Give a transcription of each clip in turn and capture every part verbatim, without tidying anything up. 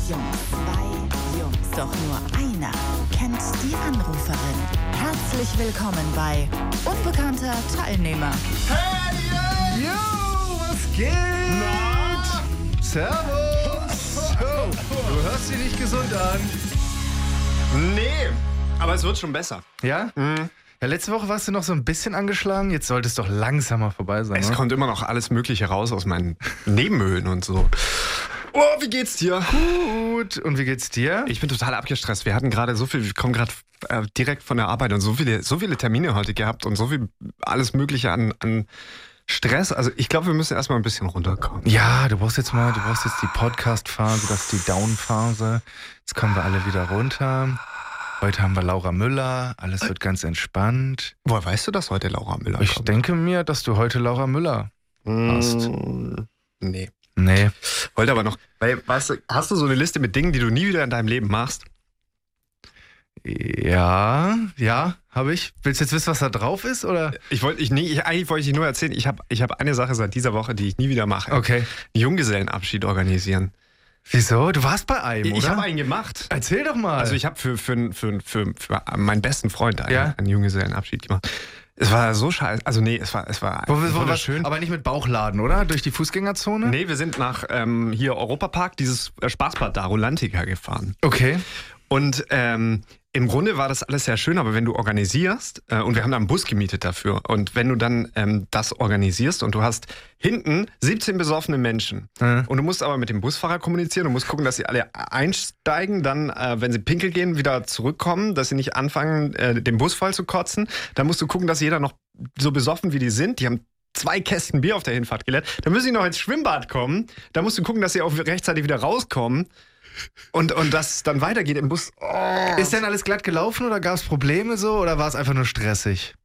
Jungs, zwei Jungs, doch nur einer kennt die Anruferin. Herzlich willkommen bei Unbekannter Teilnehmer. Hey, yeah. Yo, was geht? Na? Servus. Oh, du hörst dich nicht gesund an. Nee, aber es wird schon besser. Ja? Mhm. Ja, letzte Woche warst du noch so ein bisschen angeschlagen. Jetzt sollte es doch langsamer vorbei sein. Es ne? kommt immer noch alles Mögliche raus aus meinen Nebenhöhlen und so. Oh, wie geht's dir? Gut. Und wie geht's dir? Ich bin total abgestresst. Wir hatten gerade so viel, wir kommen gerade äh, direkt von der Arbeit und so viele, so viele Termine heute gehabt und so viel alles Mögliche an, an Stress. Also ich glaube, wir müssen erstmal ein bisschen runterkommen. Ja, du brauchst jetzt mal, du brauchst jetzt die Podcast-Phase, das ist die Down-Phase. Jetzt kommen wir alle wieder runter. Heute haben wir Laura Müller, alles wird ganz entspannt. Woher weißt du, dass heute Laura Müller Ich kommt? denke mir, dass du heute Laura Müller hast. Mm, nee. Nee. Wollte aber noch, weil, weißt du, hast du so eine Liste mit Dingen, die du nie wieder in deinem Leben machst? Ja, ja, habe ich. Willst du jetzt wissen, was da drauf ist, oder? Ich wollte, ich, nee, ich, eigentlich wollte ich dir nur erzählen, ich habe ich hab eine Sache seit dieser Woche, die ich nie wieder mache. Okay. Einen Junggesellenabschied organisieren. Wieso? Du warst bei einem, oder? Ich habe einen gemacht. Erzähl doch mal. Also ich habe für, für, für, für, für meinen besten Freund einen, Ja? einen Junggesellenabschied gemacht. Es war so scheiße. Also nee, es war, es war wo, wo, was, schön. aber nicht mit Bauchladen, oder? Durch die Fußgängerzone? Nee, wir sind nach ähm, hier Europapark, dieses äh, Spaßbad da, Rolantica gefahren. Okay. Und ähm, im Grunde war das alles sehr schön, aber wenn du organisierst, äh, und wir haben da einen Bus gemietet dafür, und wenn du dann ähm, das organisierst und du hast hinten siebzehn besoffene Menschen Mhm. und du musst aber mit dem Busfahrer kommunizieren, du musst gucken, dass sie alle einsteigen, dann, äh, wenn sie pinkel gehen, wieder zurückkommen, dass sie nicht anfangen, äh, den Bus voll zu kotzen, dann musst du gucken, dass jeder noch so besoffen wie die sind, die haben zwei Kästen Bier auf der Hinfahrt geleert, dann müssen sie noch ins Schwimmbad kommen, da musst du gucken, dass sie auch rechtzeitig wieder rauskommen. Und, und das dann weitergeht im Bus. Oh. Ist denn alles glatt gelaufen oder gab es Probleme so oder war es einfach nur stressig?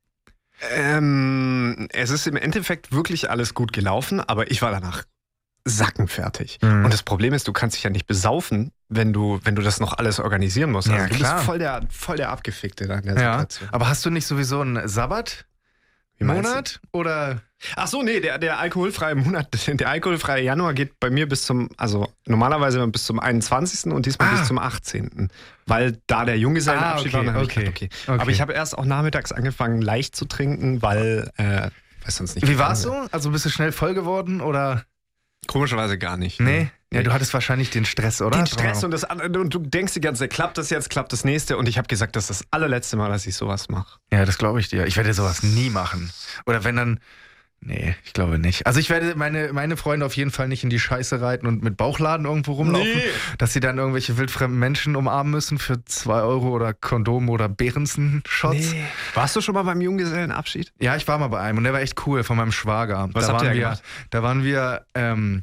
Ähm, es ist im Endeffekt wirklich alles gut gelaufen, aber ich war danach sackenfertig. Mhm. Und das Problem ist, du kannst dich ja nicht besaufen, wenn du, wenn du das noch alles organisieren musst. Also Ja, du klar. bist voll der, voll der Abgefickte da in der Ja. Situation. Aber hast du nicht sowieso einen Sabbat? Wie meinst Monat? Oder? Ach so, nee, der, der alkoholfreie Monat, der alkoholfreie Januar geht bei mir bis zum, also normalerweise bis zum einundzwanzigsten und diesmal Ah. bis zum achtzehnten Weil da der Junggesellenabschied Ah, war. Und dann hab okay, ich gedacht, okay. okay. Aber ich habe erst auch nachmittags angefangen, leicht zu trinken, weil, äh, weiß sonst nicht. Wie war's so? Also bist du schnell voll geworden oder? Komischerweise gar nicht. Nee? Ja, du hattest wahrscheinlich den Stress, oder? Den Stress und das andere, und du denkst die ganze Zeit, klappt das jetzt, klappt das nächste, und ich habe gesagt, das ist das allerletzte Mal, dass ich sowas mache. Ja, das glaube ich dir. Ich werde sowas nie machen. Oder wenn dann. Nee, ich glaube nicht. Also ich werde meine, meine Freunde auf jeden Fall nicht in die Scheiße reiten und mit Bauchladen irgendwo rumlaufen, Nee. dass sie dann irgendwelche wildfremden Menschen umarmen müssen für zwei Euro oder Kondom oder Behrensen-Shots. Warst du schon mal beim Junggesellenabschied? Ja, ich war mal bei einem und der war echt cool, von meinem Schwager. Was da habt waren ihr wir, gemacht? Da waren wir ähm,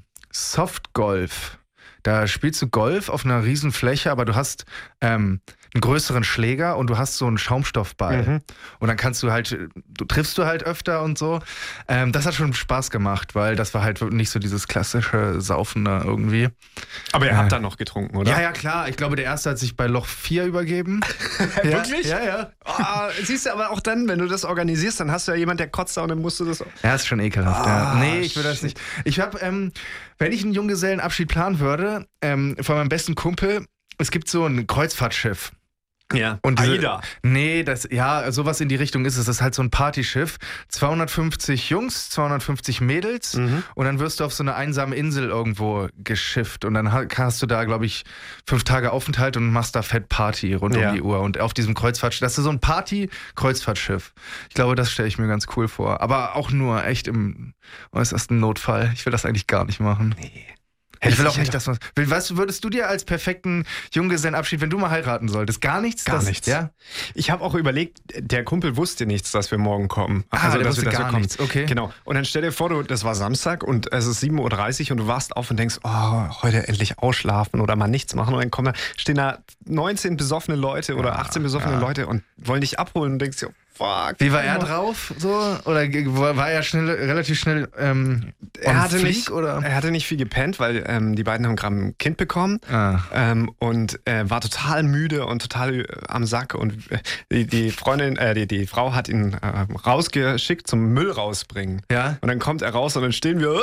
Softgolf. Da spielst du Golf auf einer riesen Fläche, aber du hast ähm, einen größeren Schläger und du hast so einen Schaumstoffball. Mhm. Und dann kannst du halt, du triffst du halt öfter und so. Ähm, das hat schon Spaß gemacht, weil das war halt nicht so dieses klassische Saufen da irgendwie. Aber ihr Ja. habt dann noch getrunken, oder? Ja, ja, klar. Ich glaube, der erste hat sich bei Loch vier übergeben. Wirklich? Ja, ja. Ah, siehst du, aber auch dann, wenn du das organisierst, dann hast du ja jemand, der kotzt da, und dann musst du das auch. Ja, ist schon ekelhaft. Ah, ja. Nee, ich will das nicht. Ich habe, ähm, wenn ich einen Junggesellenabschied planen würde, ähm, von meinem besten Kumpel, es gibt so ein Kreuzfahrtschiff. Ja. Und diese- Aida. Nee, das, ja, sowas in die Richtung ist es. Das ist halt so ein Partyschiff. zweihundertfünfzig Jungs, zweihundertfünfzig Mädels. Mhm. Und dann wirst du auf so eine einsame Insel irgendwo geschifft. Und dann ha- hast du da, glaube ich, fünf Tage Aufenthalt und machst da fett Party rund Ja. um die Uhr. Und auf diesem Kreuzfahrtschiff, das ist so ein Party-Kreuzfahrtschiff. Ich glaube, das stelle ich mir ganz cool vor. Aber auch nur echt im äußersten Notfall. Ich will das eigentlich gar nicht machen. Nee. Ich will auch nicht, dass man. Will, weißt du, würdest du dir als perfekten Junggesellenabschied, wenn du mal heiraten solltest, gar nichts? Gar das, nichts. Ja? Ich habe auch überlegt, der Kumpel wusste nichts, dass wir morgen kommen. Ah, der dass wusste wir, dass wir gar kommen. nichts, okay. Genau. Und dann stell dir vor, du, das war Samstag und es ist sieben Uhr dreißig und du wachst auf und denkst, oh, heute endlich ausschlafen oder mal nichts machen. Und dann kommen da, stehen da neunzehn besoffene Leute oder Ja, achtzehn besoffene ja. Leute und wollen dich abholen und denkst dir, fuck. Wie war er drauf? So? Oder ge- war er schnell, relativ schnell ähm, Er on hatte, fleek, nicht, oder? er hatte nicht viel gepennt, weil ähm, die beiden haben gerade ein Kind bekommen Ah. ähm, und äh, war total müde und total äh, am Sack. Und äh, die, die Freundin, äh, die, die Frau hat ihn äh, rausgeschickt zum Müll rausbringen. Ja? Und dann kommt er raus und dann stehen wir.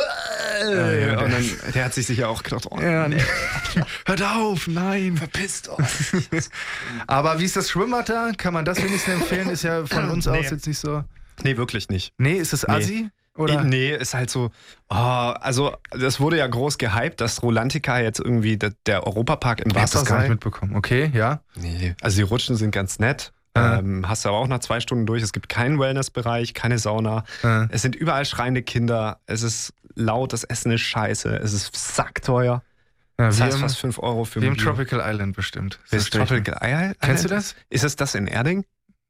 Äh, ja, und dann, der hat sich sicher auch gedacht, oh, Ja, nee. Hört auf, nein. verpisst euch. Aber wie ist das Schwimmbad da? Kann man das wenigstens empfehlen? Ist ja von uns Nee. aus jetzt nicht so. Nee, wirklich nicht. Nee, ist es Assi? Oder? Nee, ist halt so, oh, also das wurde ja groß gehypt, dass Rolantica jetzt irgendwie der, der Europapark im Ich hab Wasser das gar nicht sei. mitbekommen. Okay, ja. Nee, also die Rutschen sind ganz nett. Ah. Ähm, hast du aber auch nach zwei Stunden durch. Es gibt keinen Wellnessbereich, keine Sauna. Ah. Es sind überall schreiende Kinder. Es ist laut, das Essen ist scheiße. Es ist sackteuer. Ja, Das wie heißt im, fast fünf Euro für wie im ein Bier. Tropical Island bestimmt. Das ist Tropical Island? Kennst du das? Ist es das in Erding?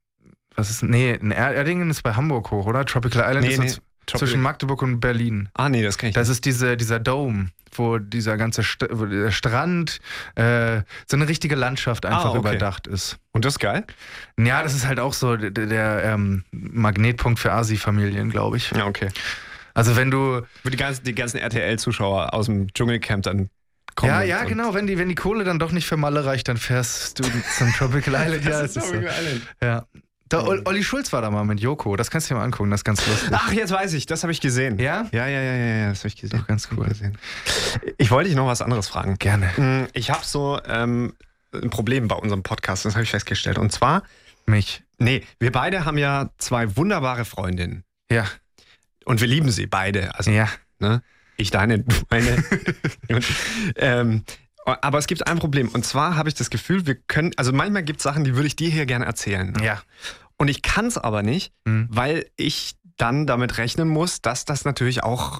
Was ist, nee, in Er- Erdingen ist bei Hamburg hoch, oder? Tropical Island Nee, ist nee. uns Tropical- zwischen Magdeburg und Berlin. Ah, nee, das kenn ich Das ist diese, dieser Dome, wo dieser ganze St wo der Strand, äh, so eine richtige Landschaft einfach Ah, okay. überdacht ist. Und das ist geil? Ja, das ist halt auch so der, der ähm, Magnetpunkt für Asi-Familien, glaube ich. Ja, okay. Also wenn du, Wo die ganzen, die ganzen R T L-Zuschauer aus dem Dschungelcamp dann kommen. ja, ja, und- genau, wenn die, wenn die Kohle dann doch nicht für Malle reicht, dann fährst du zum Tropical Island. Ja, Das ist es ist so. Tropical Island. Ja. Da, Ol- Olli Schulz war da mal mit Joko, das kannst du dir mal angucken, das ist ganz lustig. Ach, jetzt weiß ich, das habe ich gesehen. Ja? Ja, ja, ja, ja, ja, das habe ich gesehen. Doch, ganz cool. Gesehen. Ich wollte dich noch was anderes fragen. Gerne. Mm, Ich habe so ähm, ein Problem bei unserem Podcast, das habe ich festgestellt. Und zwar, Mich. nee, wir beide haben ja zwei wunderbare Freundinnen. Ja. Und wir lieben sie beide. Also, Ja. ne? Ich deine, du meine. und, ähm, aber es gibt ein Problem. Und zwar habe ich das Gefühl, wir können, also manchmal gibt es Sachen, die würde ich dir hier gerne erzählen. Ja. Und ich kann es aber nicht, Hm. weil ich dann damit rechnen muss, dass das natürlich auch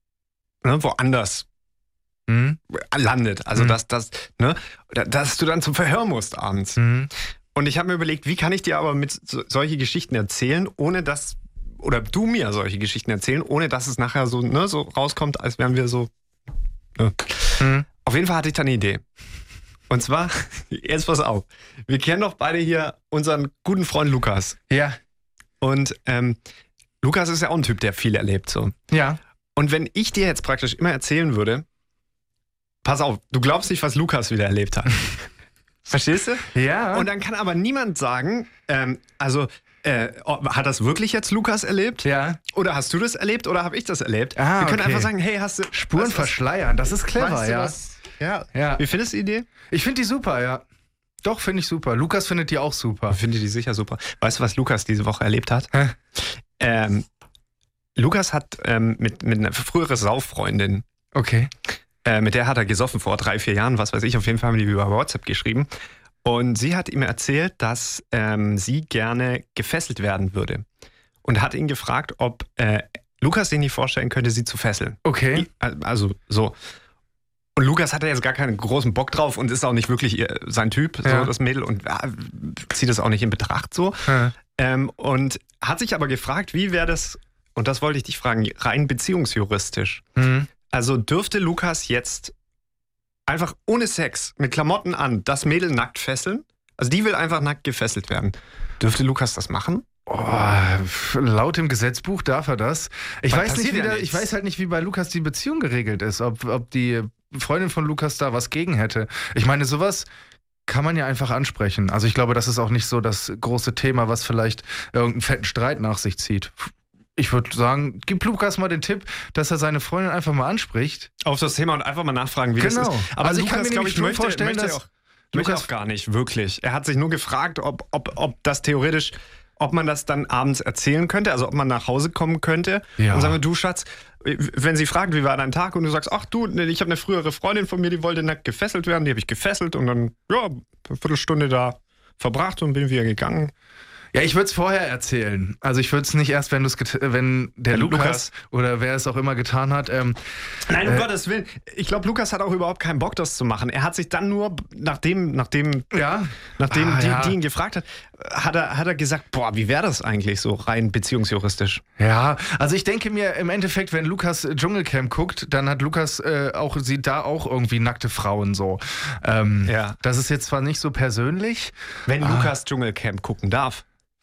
ne, woanders Mhm. landet. Also Mhm. dass, dass, ne, dass du dann zum Verhör musst abends. Mhm. Und ich habe mir überlegt, wie kann ich dir aber mit so, solche Geschichten erzählen, ohne dass, oder du mir solche Geschichten erzählen, ohne dass es nachher so, ne, so rauskommt, als wären wir so. Ne. Mhm. Auf jeden Fall hatte ich da eine Idee. Und zwar, jetzt pass auf, wir kennen doch beide hier unseren guten Freund Lukas. Ja. Und ähm, Lukas ist ja auch ein Typ, der viel erlebt. So. Ja. Und wenn ich dir jetzt praktisch immer erzählen würde, pass auf, du glaubst nicht, was Lukas wieder erlebt hat. Verstehst du? Ja. Und dann kann aber niemand sagen, ähm, also äh, hat das wirklich jetzt Lukas erlebt? ja. Oder hast du das erlebt oder habe ich das erlebt? Ah, Wir können okay. einfach sagen, hey, hast du Spuren weißt du was- verschleiern, das ist clever, weißt du ja. was? Ja. Ja. Wie findest du die Idee? Ich finde die super, ja. Doch, finde ich super. Lukas findet die auch super. Ich finde die sicher super. Weißt du, was Lukas diese Woche erlebt hat? Hä? Ähm, Lukas hat ähm, mit, mit einer früheren Sauffreundin, Okay. äh, mit der hat er gesoffen vor drei, vier Jahren, was weiß ich, auf jeden Fall haben die über WhatsApp geschrieben. Und sie hat ihm erzählt, dass ähm, sie gerne gefesselt werden würde. Und hat ihn gefragt, ob äh, Lukas sich nicht vorstellen könnte, sie zu fesseln. Okay. Also so. Und Lukas hat da jetzt gar keinen großen Bock drauf und ist auch nicht wirklich ihr, sein Typ, so Ja. das Mädel, und äh, zieht das auch nicht in Betracht so. Ja. Ähm, und hat sich aber gefragt, wie wäre das, und das wollte ich dich fragen, rein beziehungsjuristisch. Mhm. Also dürfte Lukas jetzt einfach ohne Sex, mit Klamotten an, das Mädel nackt fesseln? Also die will einfach nackt gefesselt werden. Dürfte Lukas das machen? Oh, laut dem Gesetzbuch darf er das. Ich Was weiß, nicht, passiert wie ja da, nichts? ich weiß halt nicht, wie bei Lukas die Beziehung geregelt ist. Ob, ob die Freundin von Lukas da was gegen hätte. Ich meine, sowas kann man ja einfach ansprechen. Also ich glaube, das ist auch nicht so das große Thema, was vielleicht irgendeinen fetten Streit nach sich zieht. Ich würde sagen, gib Lukas mal den Tipp, dass er seine Freundin einfach mal anspricht. Auf das Thema und einfach mal nachfragen, wie Genau. das ist. Aber Also ich Lukas, kann mir glaube nämlich ich, schon möchte, vorstellen, möchte dass auch, möchte Lukas- auch gar nicht, wirklich. Er hat sich nur gefragt, ob, ob, ob das theoretisch, ob man das dann abends erzählen könnte, also ob man nach Hause kommen könnte Ja. und sagen, du Schatz, wenn sie fragt, wie war dein Tag, und du sagst, ach du, ich habe eine frühere Freundin von mir, die wollte nackt gefesselt werden, die habe ich gefesselt und dann, ja, eine Viertelstunde da verbracht und bin wieder gegangen. Ja, ich würde es vorher erzählen. Also ich würde es nicht erst, wenn, du's get- wenn der Wenn Lukas, Lukas- oder wer es auch immer getan hat. Ähm, Nein, um Äh, Gottes Willen. Ich glaube, Lukas hat auch überhaupt keinen Bock, das zu machen. Er hat sich dann nur, nachdem, nachdem, ja. nachdem Ah, die, ja. die ihn gefragt hat, hat er, hat er gesagt, boah, wie wäre das eigentlich so rein beziehungsjuristisch? Ja, also ich denke mir im Endeffekt, wenn Lukas Dschungelcamp guckt, dann hat Lukas äh, auch, sieht da auch irgendwie nackte Frauen so. Ähm, Ja. Das ist jetzt zwar nicht so persönlich. Wenn Ah. Lukas Dschungelcamp gucken darf.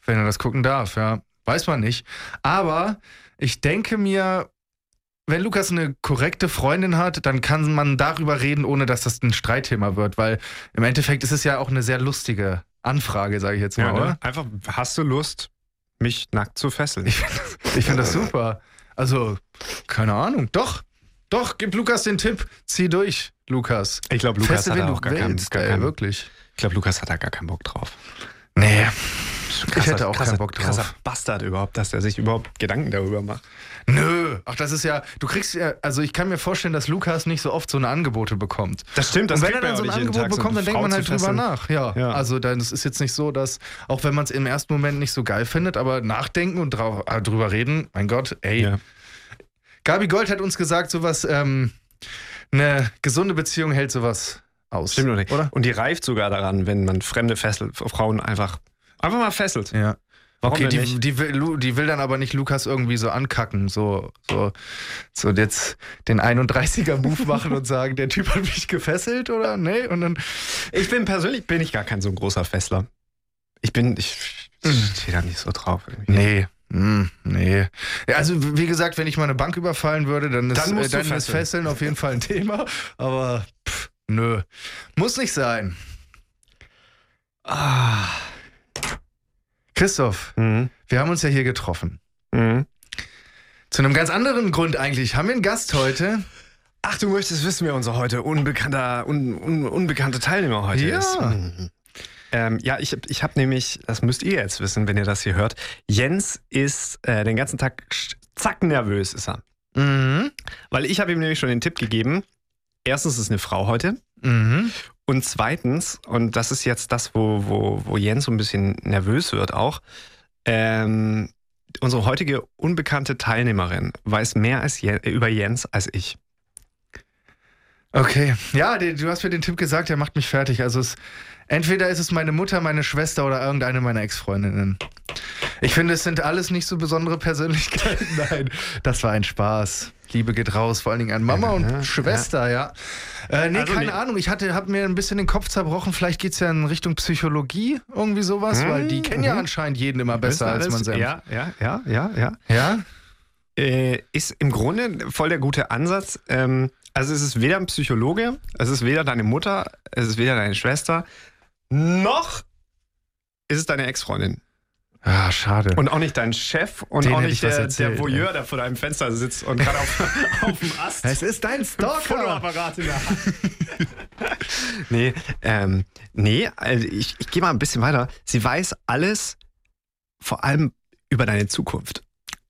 Wenn er das gucken darf, ja. Weiß man nicht. Aber ich denke mir, wenn Lukas eine korrekte Freundin hat, dann kann man darüber reden, ohne dass das ein Streitthema wird. Weil im Endeffekt ist es ja auch eine sehr lustige Anfrage, sage ich jetzt mal, Ja, ne? oder? Einfach, hast du Lust, mich nackt zu fesseln? Ich finde das, ich find das super. Also, keine Ahnung. Doch, doch, gib Lukas den Tipp. Zieh durch, Lukas. Ich glaube, Lukas Feste, hat wenn da du auch gar keinen, willst, gar ey, keinen wirklich. Ich glaube, Lukas hat da gar keinen Bock drauf. Nee, Krasser, ich hätte auch krasser, keinen Bock drauf. Krasser Bastard überhaupt, dass der sich überhaupt Gedanken darüber macht. Nö, ach, das ist ja, du kriegst ja, also ich kann mir vorstellen, dass Lukas nicht so oft so eine Angebote bekommt. Das stimmt, das Und wenn er kriegt man dann so ein ja auch nicht jeden Angebot Tag, so bekommt, eine dann denkt Frau man zu halt drüber fesseln. nach. Ja, Ja. also dann ist es jetzt nicht so, dass, auch wenn man es im ersten Moment nicht so geil findet, aber nachdenken und drau- äh, drüber reden, mein Gott, ey. Ja. Gabi Gold hat uns gesagt, sowas, ähm, eine gesunde Beziehung hält sowas aus. Stimmt oder nicht? Oder? Und die reift sogar daran, wenn man fremde fesselt, Frauen einfach, einfach mal fesselt. Ja. Warum Okay, denn die, nicht? die, will, Lu- die will dann aber nicht Lukas irgendwie so ankacken, so, so, so jetzt den einunddreißiger-Move machen und sagen, der Typ hat mich gefesselt, oder? Nee, und dann. Ich bin persönlich bin ich gar kein so ein großer Fessler. Ich bin, ich stehe da nicht so drauf. Irgendwie. Nee. Hm, nee. Ja, also wie gesagt, wenn ich mal eine Bank überfallen würde, dann ist, Dann musst äh, du dann ist fesseln. Fesseln auf jeden Fall ein Thema. Aber pff, nö. Muss nicht sein. Ah. Christoph, Mhm. wir haben uns ja hier getroffen. Mhm. Zu einem ganz anderen Grund eigentlich. Haben wir einen Gast heute? Ach, du möchtest wissen, wer unser heute unbekannter, un, un, unbekannte Teilnehmer heute Ja. ist. Mhm. Ähm, ja, ich, ich habe nämlich, das müsst ihr jetzt wissen, wenn ihr das hier hört, Jens ist äh, den ganzen Tag sch- zack nervös ist er. Mhm. Weil ich habe ihm nämlich schon den Tipp gegeben, erstens ist eine Frau heute Mhm. und zweitens, und das ist jetzt das, wo, wo, wo Jens so ein bisschen nervös wird auch, ähm, unsere heutige unbekannte Teilnehmerin weiß mehr als Je- über Jens als ich. Okay. Ja, die, du hast mir den Tipp gesagt, der macht mich fertig. Also es, entweder ist es meine Mutter, meine Schwester oder irgendeine meiner Ex-Freundinnen. Ich finde, es sind alles nicht so besondere Persönlichkeiten. Nein, das war ein Spaß. Liebe geht raus, vor allen Dingen an Mama und Ja, Schwester, ja. Äh, nee, Also keine nee. Ahnung. Ich hatte, hab mir ein bisschen den Kopf zerbrochen. Vielleicht geht es ja in Richtung Psychologie, irgendwie sowas, Mhm, weil die kennen ja mhm. anscheinend jeden immer besser Wissen als alles? man selbst. Ja, ja, ja, ja, ja. Ja? Äh, ist im Grunde voll der gute Ansatz. Ähm, also es ist weder ein Psychologe, es ist weder deine Mutter, es ist weder deine Schwester, noch ist es deine Ex-Freundin. Ah, schade. Und auch nicht dein Chef und Den auch hätte nicht ich was der, erzählt, der Voyeur, der vor deinem Fenster sitzt und gerade auf, auf dem Ast es ist dein Stalker. Fotoapparat in der Hand. nee, ähm, nee, also ich, ich gehe mal ein bisschen weiter. Sie weiß alles, vor allem über deine Zukunft.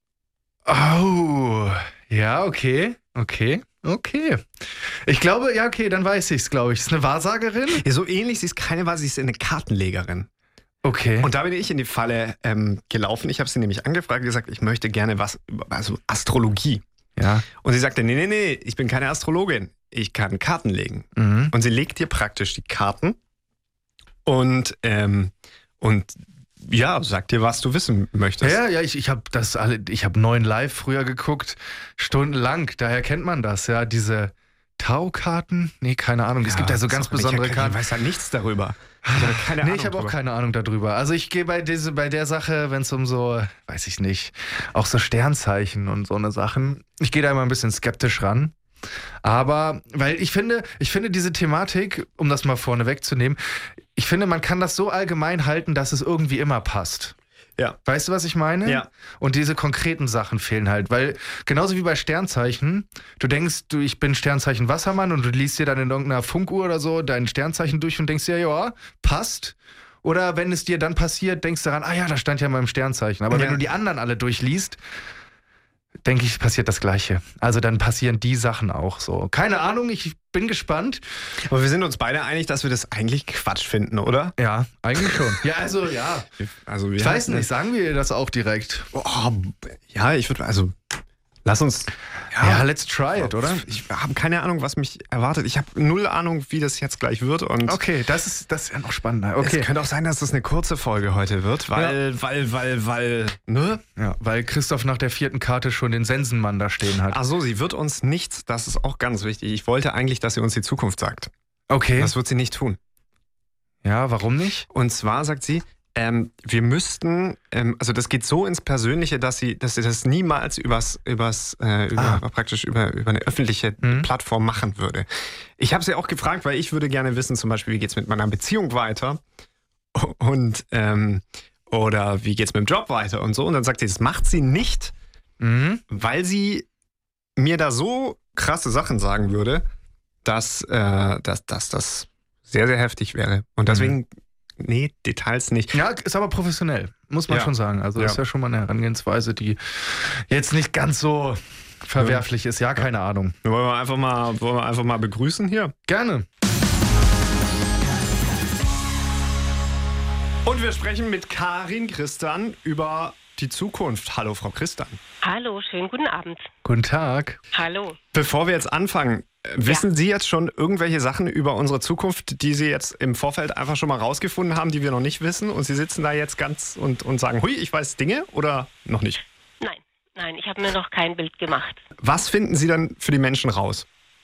Oh, ja, okay, okay, okay. Ich glaube, ja, okay, dann weiß ich's, glaube ich. Ist eine Wahrsagerin? Ja, so ähnlich, sie ist keine Wahl, sie ist eine Kartenlegerin. Okay. Und da bin ich in die Falle ähm, gelaufen. Ich habe sie nämlich angefragt und gesagt, ich möchte gerne was, also Astrologie. ja. Und sie sagte, nee, nee, nee, ich bin keine Astrologin. Ich kann Karten legen. Mhm. Und sie legt dir praktisch die Karten und, ähm, und ja, sagt dir, was du wissen möchtest. Ja, ja, ich, ich habe das alle, ich habe neun Live früher geguckt, stundenlang. Daher kennt man das, ja, diese Taukarten. Nee, keine Ahnung. Es gibt ja so das ganz ist auch nicht- besondere ich, Karten. Ich weiß halt nichts darüber. Ich habe keine Nee, Ahnung ich habe auch drüber. keine Ahnung darüber. Also ich gehe bei diese, bei der Sache, wenn es um so, weiß ich nicht, auch so Sternzeichen und so eine Sachen, ich gehe da immer ein bisschen skeptisch ran. Aber, weil ich finde, ich finde diese Thematik, um das mal vorne wegzunehmen, ich finde, man kann das so allgemein halten, dass es irgendwie immer passt. Ja. Weißt du, was ich meine? Ja. Und diese konkreten Sachen fehlen halt, weil genauso wie bei Sternzeichen, du denkst, du, ich bin Sternzeichen Wassermann und du liest dir dann in irgendeiner Funkuhr oder so dein Sternzeichen durch und denkst dir, ja, passt. Oder wenn es dir dann passiert, denkst du daran, ah ja, da stand ja in meinem Sternzeichen. Aber Ja. wenn du die anderen alle durchliest, denke ich, passiert das Gleiche. Also dann passieren die Sachen auch so. Keine Ahnung, ich bin gespannt. Aber wir sind uns beide einig, dass wir das eigentlich Quatsch finden, oder? Ja, eigentlich schon. Ja, also ja. Also, Ich weiß nicht, sagen wir das auch direkt. Oh, ja, ich würde, also, lass uns. Ja, let's try it, oder? Ich habe keine Ahnung, was mich erwartet. Ich habe null Ahnung, wie das jetzt gleich wird. Und Okay, das ist, das ist ja noch spannender. Okay. es könnte auch sein, dass das eine kurze Folge heute wird, weil, weil, weil, weil, ne? Ja, weil Christoph nach der vierten Karte schon den Sensenmann da stehen hat. Ach so, sie wird uns nichts, das ist auch ganz wichtig. Ich wollte eigentlich, dass sie uns die Zukunft sagt. Okay. Das wird sie nicht tun. Ja, warum nicht? Und zwar sagt sie, ähm, wir müssten, ähm, also das geht so ins Persönliche, dass sie, dass sie das niemals übers, übers, äh, über, Ah. praktisch über, über eine öffentliche Mhm. Plattform machen würde. Ich habe sie auch gefragt, weil ich würde gerne wissen, zum Beispiel, wie geht's mit meiner Beziehung weiter und ähm, oder wie geht's mit dem Job weiter und so. Und dann sagt sie, das macht sie nicht, Mhm. weil sie mir da so krasse Sachen sagen würde, dass, äh, dass, dass das sehr, sehr heftig wäre. Und deswegen, nee, Details nicht. Ja, ist aber professionell, muss man Ja. schon sagen. Also Ja. das ist ja schon mal eine Herangehensweise, die jetzt nicht ganz so verwerflich ist. Ja, keine Ahnung. Wollen wir einfach mal, wollen wir einfach mal begrüßen hier? Gerne. Und wir sprechen mit Karin Christan über die Zukunft. Hallo, Frau Christan. Hallo, schönen guten Abend. Guten Tag. Hallo. Bevor wir jetzt anfangen, äh, wissen Sie jetzt schon irgendwelche Sachen über unsere Zukunft, die Sie jetzt im Vorfeld einfach schon mal rausgefunden haben, die wir noch nicht wissen? Und Sie sitzen da jetzt ganz und, und sagen, hui, ich weiß Dinge oder noch nicht? Nein, nein, ich habe mir noch kein Bild gemacht. Was finden Sie dann für die Menschen raus?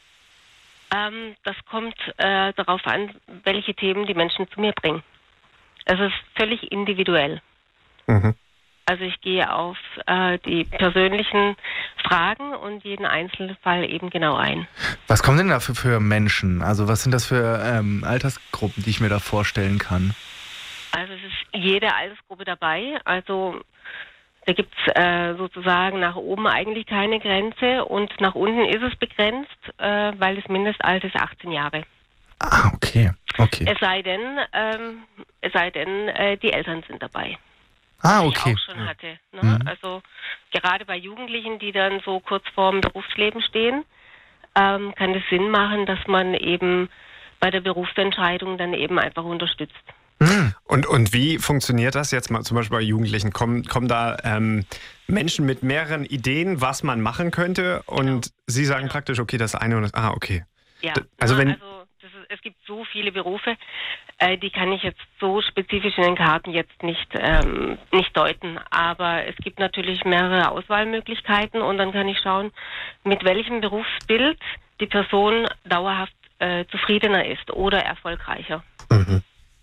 Ähm, das kommt äh, darauf an, welche Themen die Menschen zu mir bringen. Es ist völlig individuell. Mhm. Also ich gehe auf äh, die persönlichen Fragen und jeden Einzelfall eben genau ein. Was kommen denn da für, für Menschen? Also was sind das für ähm, Altersgruppen, die ich mir da vorstellen kann? Also es ist jede Altersgruppe dabei. Also da gibt es äh, sozusagen nach oben eigentlich keine Grenze und nach unten ist es begrenzt, äh, weil das Mindestalter ist achtzehn Jahre. Ah, okay. Okay. Es sei denn, ähm, es sei denn, äh, die Eltern sind dabei. Ah, Die okay. ich auch schon hatte. Ne? Mhm. Also gerade bei Jugendlichen, die dann so kurz vorm Berufsleben stehen, ähm, kann es Sinn machen, dass man eben bei der Berufsentscheidung dann eben einfach unterstützt. Mhm. Und, und wie funktioniert das jetzt mal zum Beispiel bei Jugendlichen? Kommen, kommen da ähm, Menschen mit mehreren Ideen, was man machen könnte und Genau. Sie sagen Genau. praktisch, okay, das eine und das, ah, okay. Ja, D- also ne, wenn- also das ist, es gibt so viele Berufe, äh, die kann ich jetzt so spezifisch in den Karten jetzt nicht, ähm, nicht deuten. Aber es gibt natürlich mehrere Auswahlmöglichkeiten und dann kann ich schauen, mit welchem Berufsbild die Person dauerhaft äh, zufriedener ist oder erfolgreicher. Mhm.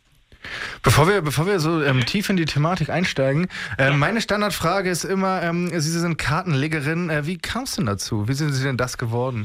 Bevor wir, bevor wir so ähm, tief in die Thematik einsteigen, äh, meine Standardfrage ist immer, ähm, Sie sind Kartenlegerin, äh, wie kam es denn dazu? Wie sind Sie denn das geworden?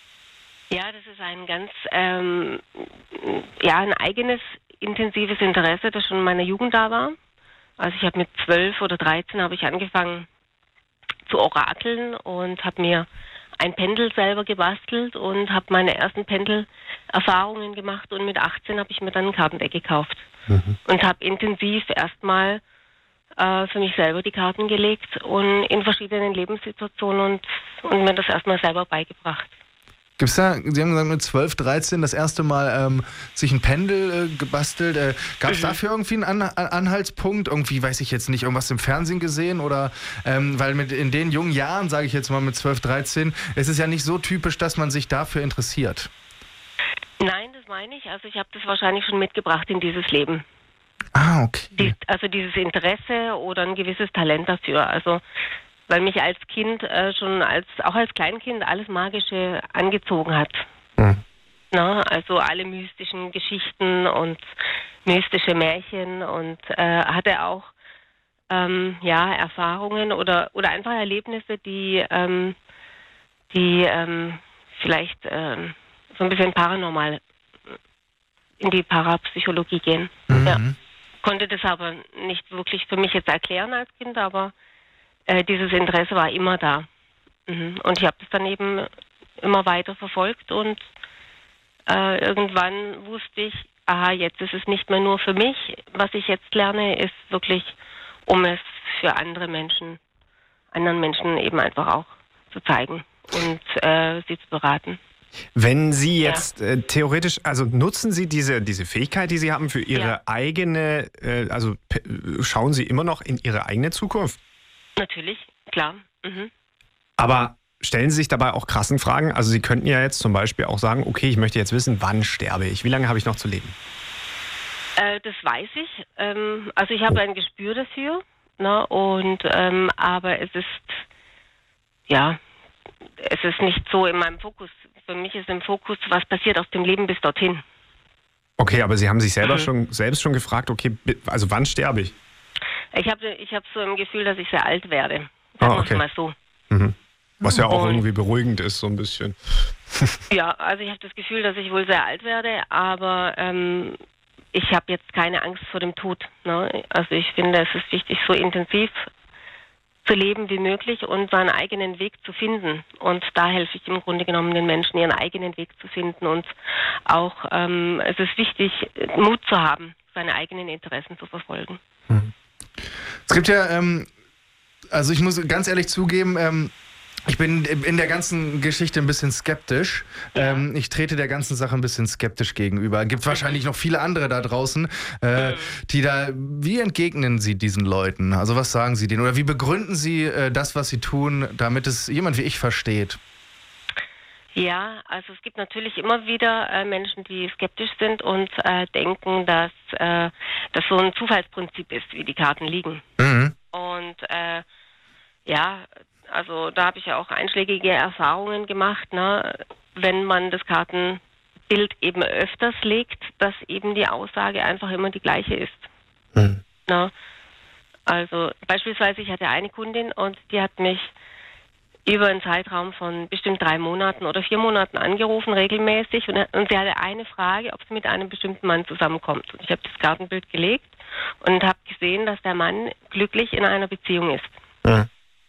Ja, das ist ein ganz, ähm, ja, ein eigenes intensives Interesse, das schon in meiner Jugend da war. Also ich habe mit zwölf oder dreizehn habe ich angefangen zu orakeln und habe mir ein Pendel selber gebastelt und habe meine ersten Pendelerfahrungen gemacht und mit achtzehn habe ich mir dann ein Kartendeck gekauft Mhm. und habe intensiv erstmal äh, für mich selber die Karten gelegt und in verschiedenen Lebenssituationen und, und mir das erstmal selber beigebracht. Gibt's da, Sie haben gesagt, mit zwölf, dreizehn das erste Mal ähm, sich ein Pendel äh, gebastelt. Äh, Gab es Mhm. dafür irgendwie einen An An- Anhaltspunkt? Irgendwie, weiß ich jetzt nicht, irgendwas im Fernsehen gesehen? Oder, ähm, weil mit in den jungen Jahren, sage ich jetzt mal mit zwölf, dreizehn, ist es ja nicht so typisch, dass man sich dafür interessiert. Nein, das meine ich. Also ich habe das wahrscheinlich schon mitgebracht in dieses Leben. Ah, okay. Die, also dieses Interesse oder ein gewisses Talent dafür. Also weil mich als Kind äh, schon als auch als Kleinkind alles Magische angezogen hat. Mhm. Na, also alle mystischen Geschichten und mystische Märchen und äh, hatte auch ähm, ja Erfahrungen oder oder einfach Erlebnisse, die ähm, die ähm, vielleicht ähm, so ein bisschen paranormal in die Parapsychologie gehen. Mhm. Ja. Konnte das aber nicht wirklich für mich jetzt erklären als Kind, aber äh, dieses Interesse war immer da. Mhm. Und ich habe das dann eben immer weiter verfolgt und äh, irgendwann wusste ich, aha, jetzt ist es nicht mehr nur für mich. Was ich jetzt lerne, ist wirklich, um es für andere Menschen, anderen Menschen eben einfach auch zu zeigen und äh, sie zu beraten. Wenn Sie Ja. jetzt äh, theoretisch, also nutzen Sie diese, diese Fähigkeit, die Sie haben, für Ihre Ja. eigene, äh, also pe- schauen Sie immer noch in Ihre eigene Zukunft? Natürlich, klar. Mhm. Aber stellen Sie sich dabei auch krassen Fragen? Also Sie könnten ja jetzt zum Beispiel auch sagen, okay, ich möchte jetzt wissen, wann sterbe ich? Wie lange habe ich noch zu leben? Äh, das weiß ich. Ähm, also ich habe ein Gespür dafür, ne? Und ähm, aber es ist ja, es ist nicht so in meinem Fokus. Für mich ist im Fokus, was passiert auf dem Leben bis dorthin. Okay, aber Sie haben sich selber Mhm. schon selbst schon gefragt, okay, bi- also wann sterbe ich? Ich habe ich hab so ein Gefühl, dass ich sehr alt werde. Sagen Ah, wir okay. es mal so. Mhm. Was ja auch Und- irgendwie beruhigend ist, so ein bisschen. Ja, also ich habe das Gefühl, dass ich wohl sehr alt werde, aber ähm, ich habe jetzt keine Angst vor dem Tod. Ne? Also ich finde, es ist wichtig, so intensiv zu leben wie möglich und seinen eigenen Weg zu finden. Und da helfe ich im Grunde genommen den Menschen, ihren eigenen Weg zu finden. Und auch ähm, es ist wichtig, Mut zu haben, seine eigenen Interessen zu verfolgen. Es gibt ja, ähm, also ich muss ganz ehrlich zugeben, ähm, ich bin in der ganzen Geschichte ein bisschen skeptisch. Ja. Ähm, ich trete der ganzen Sache ein bisschen skeptisch gegenüber. Es gibt wahrscheinlich noch viele andere da draußen, äh, die da, wie entgegnen Sie diesen Leuten? Also was sagen Sie denen? Oder wie begründen Sie äh, das, was Sie tun, damit es jemand wie ich versteht? Ja, also es gibt natürlich immer wieder äh, Menschen, die skeptisch sind und äh, denken, dass äh, das so ein Zufallsprinzip ist, wie die Karten liegen. Mhm. Und äh, ja, also da habe ich ja auch einschlägige Erfahrungen gemacht, ne? Wenn man das Kartenbild eben öfters legt, dass eben die Aussage einfach immer die gleiche ist. Mhm. Ne? Also beispielsweise, ich hatte eine Kundin und die hat mich über einen Zeitraum von bestimmt drei Monaten oder vier Monaten angerufen, regelmäßig. Und, und sie hatte eine Frage, ob sie mit einem bestimmten Mann zusammenkommt. Und ich habe das Kartenbild gelegt und habe gesehen, dass der Mann glücklich in einer Beziehung ist. Mhm.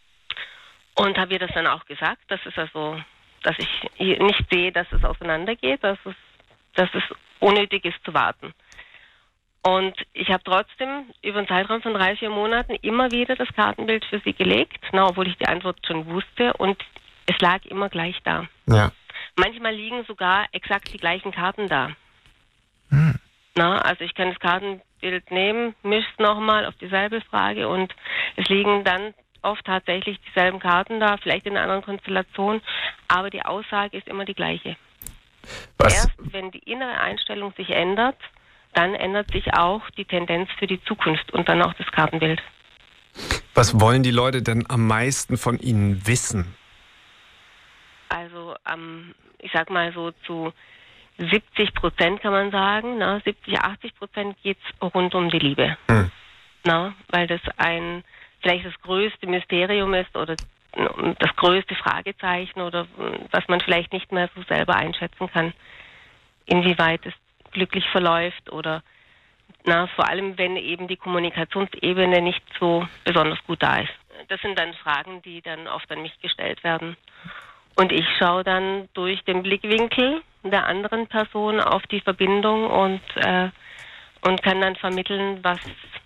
Und habe ihr das dann auch gesagt, dass es also, dass ich hier nicht sehe, dass es auseinandergeht, dass es, dass es unnötig ist zu warten. Und ich habe trotzdem über einen Zeitraum von drei, vier Monaten immer wieder das Kartenbild für sie gelegt, na, obwohl ich die Antwort schon wusste, und es lag immer gleich da. Ja. Manchmal liegen sogar exakt die gleichen Karten da. Hm. Na, also ich kann das Kartenbild nehmen, mische es nochmal auf dieselbe Frage und es liegen dann oft tatsächlich dieselben Karten da, vielleicht in einer anderen Konstellation, aber die Aussage ist immer die gleiche. Was, Erst wenn die innere Einstellung sich ändert, dann ändert sich auch die Tendenz für die Zukunft und dann auch das Kartenbild. was wollen die Leute denn am meisten von Ihnen wissen? Also ähm, ich sag mal so zu siebzig Prozent kann man sagen, na, siebzig, achtzig Prozent geht es rund um die Liebe. Hm. Na, weil das ein vielleicht das größte Mysterium ist oder das größte Fragezeichen oder was man vielleicht nicht mehr so selber einschätzen kann, inwieweit es glücklich verläuft oder na, vor allem, wenn eben die Kommunikationsebene nicht so besonders gut da ist. Das sind dann Fragen, die dann oft an mich gestellt werden. Und ich schaue dann durch den Blickwinkel der anderen Person auf die Verbindung und, äh, und kann dann vermitteln, was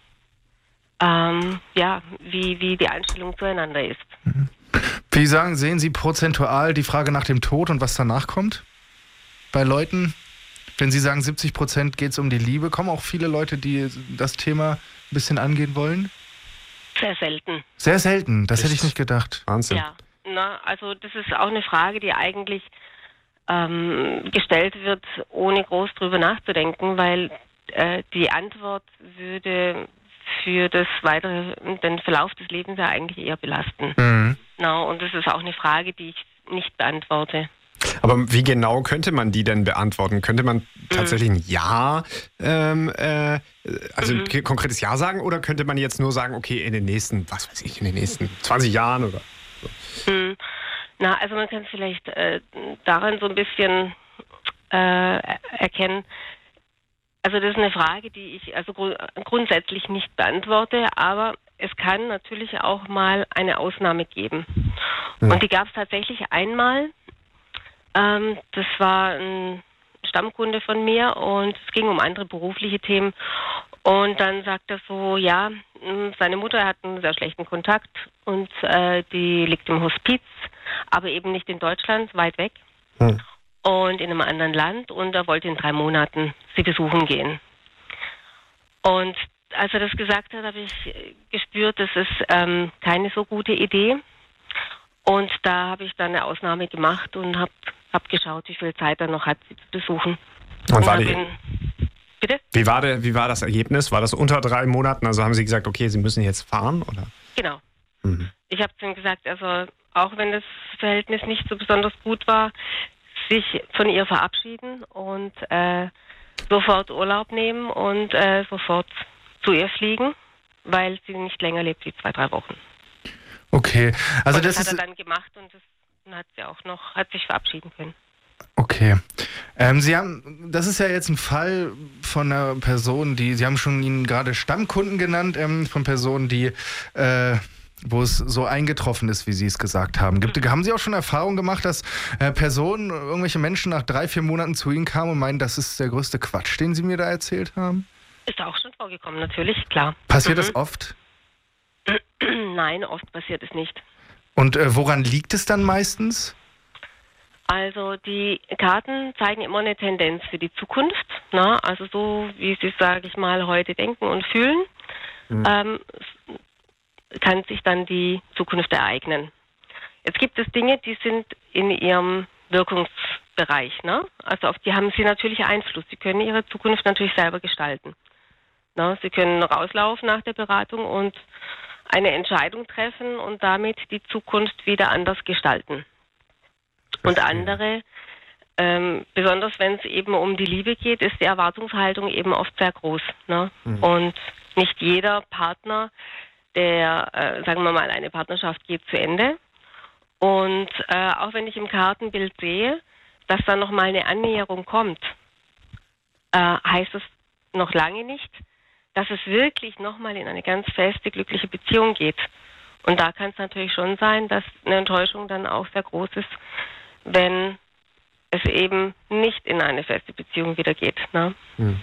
ähm, ja, wie, wie die Einstellung zueinander ist. Wie sagen, sehen Sie prozentual die Frage nach dem Tod und was danach kommt? Bei Leuten, wenn Sie sagen, siebzig Prozent geht es um die Liebe, kommen auch viele Leute, die das Thema ein bisschen angehen wollen? Sehr selten. Sehr selten, das hätte ich Echt? nicht gedacht. Wahnsinn. Ja, na, also das ist auch eine Frage, die eigentlich ähm, gestellt wird, ohne groß drüber nachzudenken, weil äh, die Antwort würde für das weitere, den Verlauf des Lebens ja eigentlich eher belasten. Mhm. Na, und das ist auch eine Frage, die ich nicht beantworte. Aber wie genau könnte man die denn beantworten? Könnte man tatsächlich ein Ja, ähm, äh, also ein Mhm. konkretes Ja sagen, oder könnte man jetzt nur sagen, okay, in den nächsten, was weiß ich, in den nächsten zwanzig Jahren oder? Hm. Na, also man kann es vielleicht äh, daran so ein bisschen äh, erkennen. Also das ist eine Frage, die ich also gru grundsätzlich nicht beantworte, aber es kann natürlich auch mal eine Ausnahme geben. Hm. Und die gab es tatsächlich einmal. Ähm, das war ein Stammkunde von mir und es ging um andere berufliche Themen. Und dann sagt er so, ja, mh, seine Mutter hat einen sehr schlechten Kontakt und äh, die liegt im Hospiz, aber eben nicht in Deutschland, weit weg. Hm. Und in einem anderen Land, und er wollte in drei Monaten sie besuchen gehen. Und als er das gesagt hat, habe ich gespürt, das ist ähm, keine so gute Idee. Und da habe ich dann eine Ausnahme gemacht und habe hab geschaut, wie viel Zeit er noch hat, sie zu besuchen. Und war hab die, ihn, bitte? wie, war der, wie war das Ergebnis? War das unter drei Monaten? Also haben Sie gesagt, okay, Sie müssen jetzt fahren? Oder? Genau. Mhm. Ich habe zu ihm gesagt, also auch wenn das Verhältnis nicht so besonders gut war, sich von ihr verabschieden und äh, sofort Urlaub nehmen und äh, sofort zu ihr fliegen, weil sie nicht länger lebt wie zwei, drei Wochen. Okay, also und das, das hat ist... er dann gemacht und das hat sie auch noch, hat sich verabschieden können. Okay. Ähm, Sie haben, das ist ja jetzt ein Fall von einer Person, die, Sie haben schon ihn gerade Stammkunden genannt, ähm, von Personen, die, äh, wo es so eingetroffen ist, wie Sie es gesagt haben. Gibt, haben Sie auch schon Erfahrung gemacht, dass äh, Personen, irgendwelche Menschen nach drei, vier Monaten zu Ihnen kamen und meinen, das ist der größte Quatsch, den Sie mir da erzählt haben? Ist auch schon vorgekommen, natürlich, klar. Passiert mhm. das oft? Nein, oft passiert es nicht. Und äh, woran liegt es dann meistens? Also die Karten zeigen immer eine Tendenz für die Zukunft, ne? Also so wie sie, sage ich mal, heute denken und fühlen, mhm. ähm, kann sich dann die Zukunft ereignen. Jetzt gibt es Dinge, die sind in ihrem Wirkungsbereich, ne? Also auf die haben sie natürlich Einfluss. Sie können ihre Zukunft natürlich selber gestalten. Ne? Sie können rauslaufen nach der Beratung und eine Entscheidung treffen und damit die Zukunft wieder anders gestalten. Und andere, ähm, besonders wenn es eben um die Liebe geht, ist die Erwartungshaltung eben oft sehr groß. Ne? Mhm. Und nicht jeder Partner, der, äh, sagen wir mal, eine Partnerschaft geht zu Ende. Und äh, auch wenn ich im Kartenbild sehe, dass da nochmal eine Annäherung kommt, äh, heißt es noch lange nicht, dass es wirklich nochmal in eine ganz feste, glückliche Beziehung geht. Und da kann es natürlich schon sein, dass eine Enttäuschung dann auch sehr groß ist, wenn es eben nicht in eine feste Beziehung wieder geht. Ne? Hm.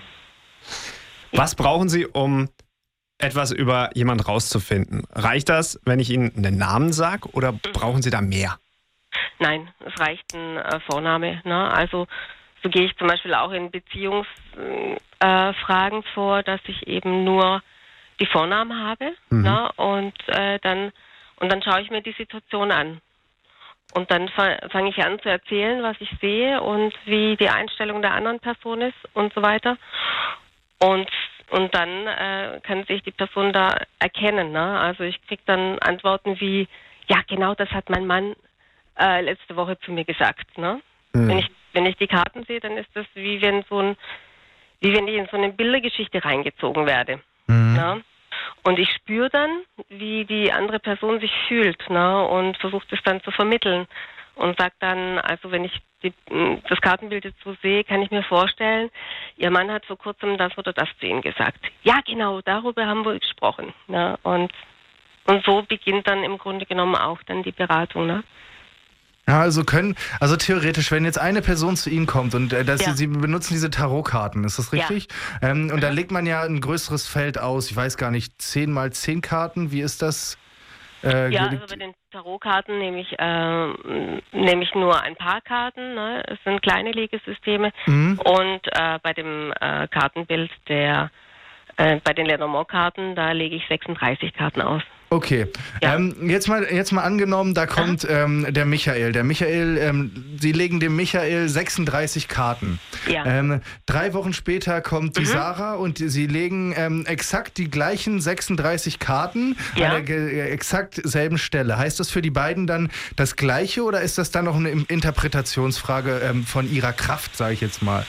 Was brauchen Sie, um etwas über jemand rauszufinden? Reicht das, wenn ich Ihnen einen Namen sage, oder brauchen Sie da mehr? Nein, es reicht ein äh, Vorname. Ne? Also so gehe ich zum Beispiel auch in Beziehungsfragen äh, vor, dass ich eben nur die Vornamen habe, mhm. ne? und äh, dann und dann schaue ich mir die Situation an. Und dann fange ich an zu erzählen, was ich sehe und wie die Einstellung der anderen Person ist und so weiter. Und, und dann äh, kann sich die Person da erkennen. Ne? Also ich kriege dann Antworten wie, ja genau, das hat mein Mann äh, letzte Woche zu mir gesagt. Ne? Mhm. Wenn ich, wenn ich die Karten sehe, dann ist das wie wenn, so ein, wie wenn ich in so eine Bildergeschichte reingezogen werde. Mhm. Ne? Und ich spüre dann, wie die andere Person sich fühlt, ne, und versuche das dann zu vermitteln. Und sage dann, also wenn ich die, das Kartenbild jetzt so sehe, kann ich mir vorstellen, Ihr Mann hat vor kurzem das oder das zu Ihnen gesagt. Ja, genau, darüber haben wir gesprochen. Ne, und, und so beginnt dann im Grunde genommen auch dann die Beratung. Ne? Ja, also können, also theoretisch, wenn jetzt eine Person zu Ihnen kommt und äh, dass ja. Sie, Sie benutzen diese Tarotkarten, ist das richtig? Ja. Ähm, und mhm. da legt man ja ein größeres Feld aus, ich weiß gar nicht, zehn mal zehn Karten, wie ist das? Äh, ja, also bei den Tarotkarten nehme ich, äh, nehme ich nur ein paar Karten, ne? Es sind kleine Legesysteme mhm. und äh, bei dem äh, Kartenbild der, äh, bei den Lenormand-Karten, da lege ich sechsunddreißig Karten aus. Okay, ja. ähm, jetzt, mal, jetzt mal angenommen, da kommt ähm, der Michael. Der Michael, ähm, Sie legen dem Michael sechsunddreißig Karten. Ja. Ähm, drei Wochen später kommt die mhm. Sarah und Sie legen ähm, exakt die gleichen sechsunddreißig Karten ja. an der äh, exakt selben Stelle. Heißt das für die beiden dann das Gleiche oder ist das dann noch eine Interpretationsfrage ähm, von ihrer Kraft, sage ich jetzt mal?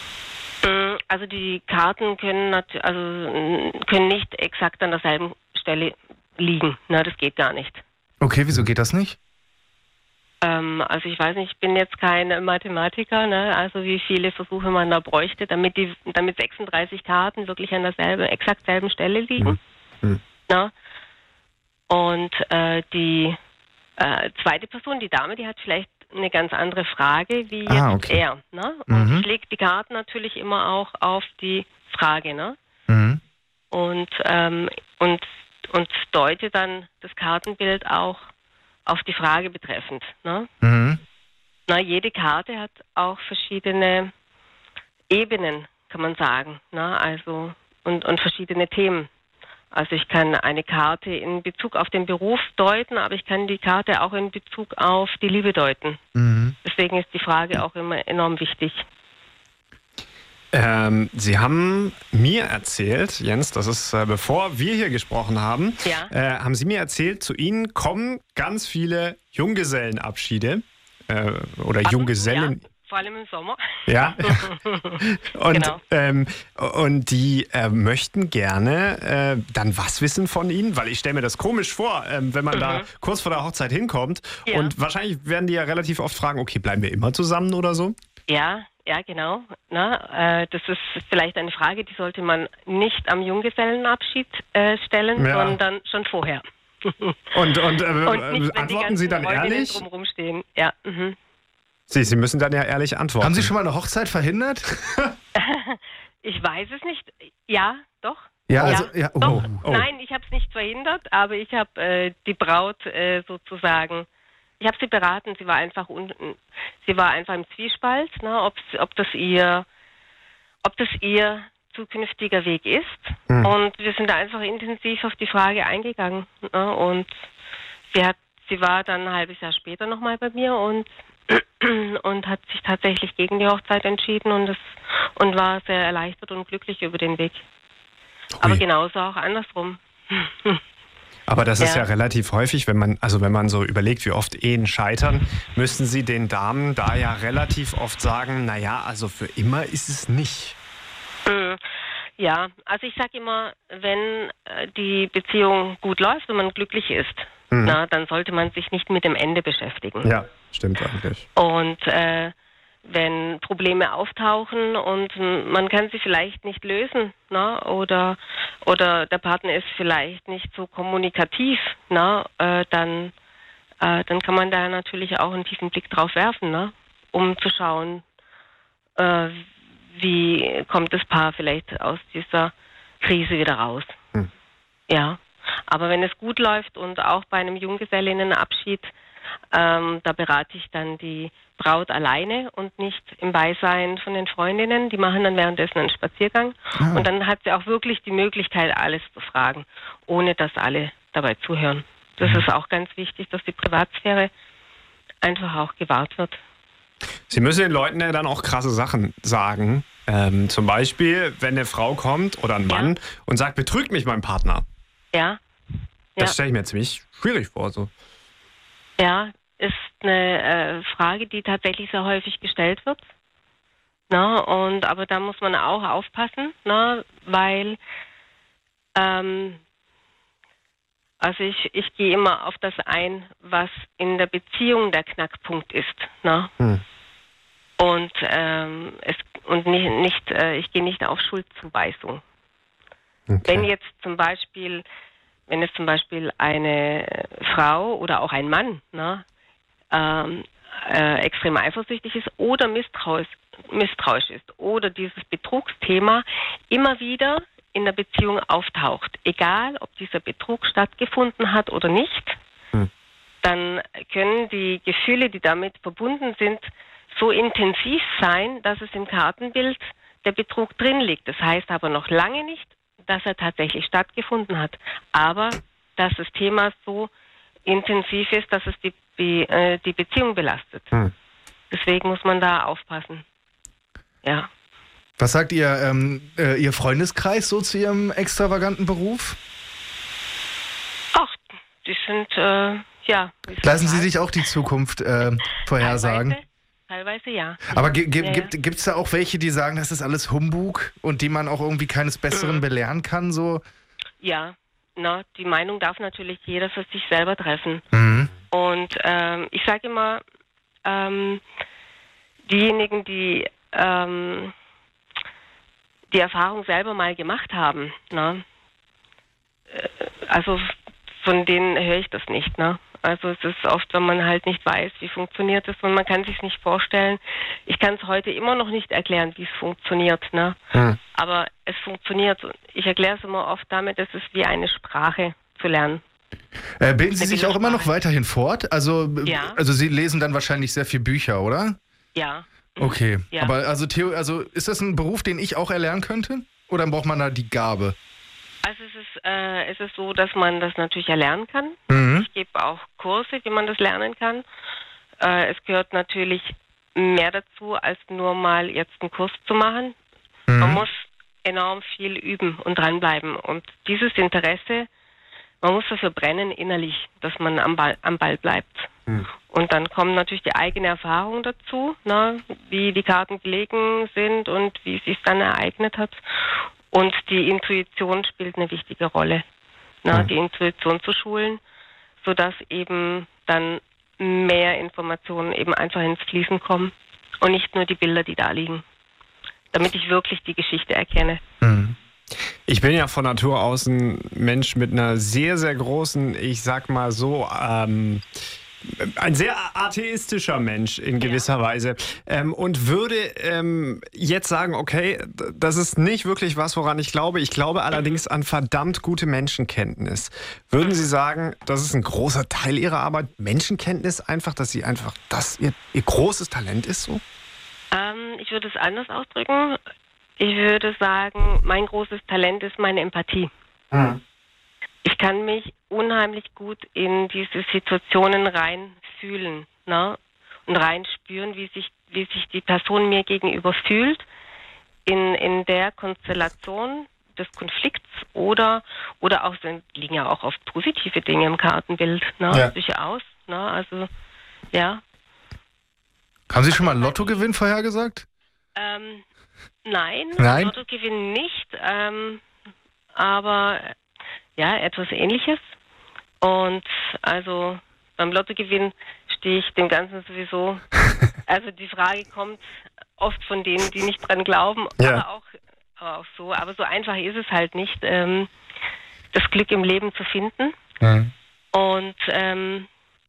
Also die Karten können, nat- also, können nicht exakt an derselben Stelle liegen. Na, das geht gar nicht. Okay, wieso geht das nicht? Ähm, also ich weiß nicht, ich bin jetzt kein Mathematiker, ne? Also wie viele Versuche man da bräuchte, damit die, damit sechsunddreißig Karten wirklich an derselben, exakt selben Stelle liegen. Mhm. Na? Und äh, die äh, zweite Person, die Dame, die hat vielleicht eine ganz andere Frage wie jetzt ah, okay. er. Ne? Und mhm. ich lege die Karten natürlich immer auch auf die Frage. Ne? Mhm. Und, ähm, und und deute dann das Kartenbild auch auf die Frage betreffend. Ne? Mhm. Na, jede Karte hat auch verschiedene Ebenen, kann man sagen. Ne? Also, und, und verschiedene Themen. Also ich kann eine Karte in Bezug auf den Beruf deuten, aber ich kann die Karte auch in Bezug auf die Liebe deuten. Mhm. Deswegen ist die Frage auch immer enorm wichtig. Ähm, Sie haben mir erzählt, Jens, das ist äh, bevor wir hier gesprochen haben, ja. äh, haben Sie mir erzählt, zu Ihnen kommen ganz viele Junggesellenabschiede äh, oder Ach, Junggesellen, vor allem im Sommer. Ja. Und, Genau. ähm, und die äh, möchten gerne äh, dann was wissen von Ihnen, weil ich stelle mir das komisch vor, ähm, wenn man Mhm. da kurz vor der Hochzeit hinkommt. Ja. Und wahrscheinlich werden die ja relativ oft fragen, okay, bleiben wir immer zusammen oder so? Ja, ja, genau. Na, äh, das ist vielleicht eine Frage, die sollte man nicht am Junggesellenabschied äh, stellen, Ja. sondern schon vorher. Und, und, äh, Und nicht, wenn die antworten Sie ganzen dann Freundinnen ehrlich? drumherum stehen. Ja, mhm. Sie, Sie müssen dann ja ehrlich antworten. Haben Sie schon mal eine Hochzeit verhindert? Ich weiß es nicht. Ja, doch. Ja, also, ja, oh. Doch. Oh. Nein, ich habe es nicht verhindert, aber ich habe äh, die Braut äh, sozusagen, ich habe sie beraten. Sie war einfach unten, sie war einfach im Zwiespalt, ne, ob, ob das ihr, ob das ihr zukünftiger Weg ist. Hm. Und wir sind da einfach intensiv auf die Frage eingegangen. Ne, und sie hat, sie war dann ein halbes Jahr später nochmal bei mir und und hat sich tatsächlich gegen die Hochzeit entschieden und es und war sehr erleichtert und glücklich über den Weg. Aber Ui. genauso auch andersrum. Aber das ist ja Ja. relativ häufig, wenn man, also wenn man so überlegt, wie oft Ehen scheitern, müssen Sie den Damen da ja relativ oft sagen, naja, also für immer ist es nicht. Mm, Ja, also ich sage immer, wenn äh, die Beziehung gut läuft und man glücklich ist, Mhm. na, dann sollte man sich nicht mit dem Ende beschäftigen. Ja, stimmt eigentlich. Und äh, wenn Probleme auftauchen und m, man kann sie vielleicht nicht lösen, na, oder oder der Partner ist vielleicht nicht so kommunikativ, na, äh, dann äh, dann kann man da natürlich auch einen tiefen Blick drauf werfen, ne, um zu schauen, äh, wie kommt das Paar vielleicht aus dieser Krise wieder raus. Hm. Ja, aber wenn es gut läuft und auch bei einem Junggesellinnenabschied, ähm, da berate ich dann die Braut alleine und nicht im Beisein von den Freundinnen. Die machen dann währenddessen einen Spaziergang Ah. und dann hat sie auch wirklich die Möglichkeit, alles zu fragen, ohne dass alle dabei zuhören. Das ist auch ganz wichtig, dass die Privatsphäre einfach auch gewahrt wird. Sie müssen den Leuten ja dann auch krasse Sachen sagen. Ähm, zum Beispiel, wenn eine Frau kommt oder ein Mann Ja. und sagt, betrügt mich mein Partner. Ja, Das Ja. stelle ich mir ziemlich schwierig vor. So. ja, ist eine äh, Frage, die tatsächlich sehr häufig gestellt wird. Na, und aber da muss man auch aufpassen, na, weil ähm, also ich, ich gehe immer auf das ein, was in der Beziehung der Knackpunkt ist. Na? Hm. Und ähm, es und nicht, nicht äh, ich gehe nicht auf Schuldzuweisung. Okay. Wenn jetzt zum Beispiel, wenn es zum Beispiel eine Frau oder auch ein Mann, ne, ähm, äh, extrem eifersüchtig ist oder misstrauisch, misstrauisch ist oder dieses Betrugsthema immer wieder in der Beziehung auftaucht, egal ob dieser Betrug stattgefunden hat oder nicht, Hm. dann können die Gefühle, die damit verbunden sind, so intensiv sein, dass es im Kartenbild der Betrug drin liegt. Das heißt aber noch lange nicht, dass er tatsächlich stattgefunden hat. Aber dass das Thema so intensiv ist, dass es die, die, äh, die Beziehung belastet. Hm. Deswegen muss man da aufpassen. Ja. Was sagt ihr, ähm, äh, Ihr Freundeskreis so zu Ihrem extravaganten Beruf? Ach, die sind, äh, ja. wie soll Lassen ich Sie sagen? sich auch die Zukunft äh, vorhersagen? Teilweise, teilweise ja. Aber ge ge Ja, ja. gibt gibt's da auch welche, die sagen, das ist alles Humbug und die man auch irgendwie keines Besseren belehren kann? So? Ja, na, die Meinung darf natürlich jeder für sich selber treffen. Mhm. Und ähm, ich sage immer, ähm, diejenigen, die ähm, die Erfahrung selber mal gemacht haben, ne? äh, also von denen höre ich das nicht. Ne? Also es ist oft, wenn man halt nicht weiß, wie funktioniert es und man kann sich nicht vorstellen. Ich kann es heute immer noch nicht erklären, wie es funktioniert. Ne? Hm. Aber es funktioniert. Ich erkläre es immer oft damit, es ist wie eine Sprache zu lernen. Äh, bilden Sie Eine sich auch immer noch Bildersprache. weiterhin fort? Also, äh, Ja. also Sie lesen dann wahrscheinlich sehr viel Bücher, oder? Ja. Okay. Ja. Aber also, Theo, also ist das ein Beruf, den ich auch erlernen könnte? Oder braucht man da die Gabe? Also es ist, äh, es ist so, dass man das natürlich erlernen kann. Mhm. Ich gebe auch Kurse, wie man das lernen kann. Äh, es gehört natürlich mehr dazu, als nur mal jetzt einen Kurs zu machen. Mhm. Man muss enorm viel üben und dranbleiben. Und dieses Interesse, man muss dafür brennen innerlich, dass man am Ball, am Ball bleibt. Hm. Und dann kommen natürlich die eigene Erfahrung dazu, ne, wie die Karten gelegen sind und wie es sich dann ereignet hat. Und die Intuition spielt eine wichtige Rolle, ne, mhm. die Intuition zu schulen, sodass eben dann mehr Informationen eben einfach ins Fließen kommen und nicht nur die Bilder, die da liegen, damit ich wirklich die Geschichte erkenne. Mhm. Ich bin ja von Natur aus ein Mensch mit einer sehr, sehr großen, ich sag mal so, ähm, ein sehr atheistischer Mensch in gewisser ja. Weise ähm, und würde ähm, jetzt sagen, okay, das ist nicht wirklich was, woran ich glaube. Ich glaube allerdings an verdammt gute Menschenkenntnis. Würden Sie sagen, das ist ein großer Teil Ihrer Arbeit, Menschenkenntnis einfach, dass Sie einfach, dass Ihr, Ihr großes Talent ist so? Ähm, ich würde es anders ausdrücken. Ich würde sagen, mein großes Talent ist meine Empathie. Mhm. Ich kann mich unheimlich gut in diese Situationen reinfühlen, ne? Und reinspüren, wie sich, wie sich die Person mir gegenüber fühlt in, in der Konstellation des Konflikts oder, oder auch, es liegen ja auch oft positive Dinge im Kartenbild, ne? Ja. Durchaus, ne? Also, ja. Haben Sie schon mal Lottogewinn vorhergesagt? Ähm, nein, nein? Lottogewinn nicht, ähm, aber ja, etwas Ähnliches. Und also beim Lottogewinn stehe ich dem Ganzen sowieso. Also die Frage kommt oft von denen, die nicht dran glauben, ja. aber, auch, aber auch so. Aber so einfach ist es halt nicht, ähm, das Glück im Leben zu finden. Mhm. Und ähm,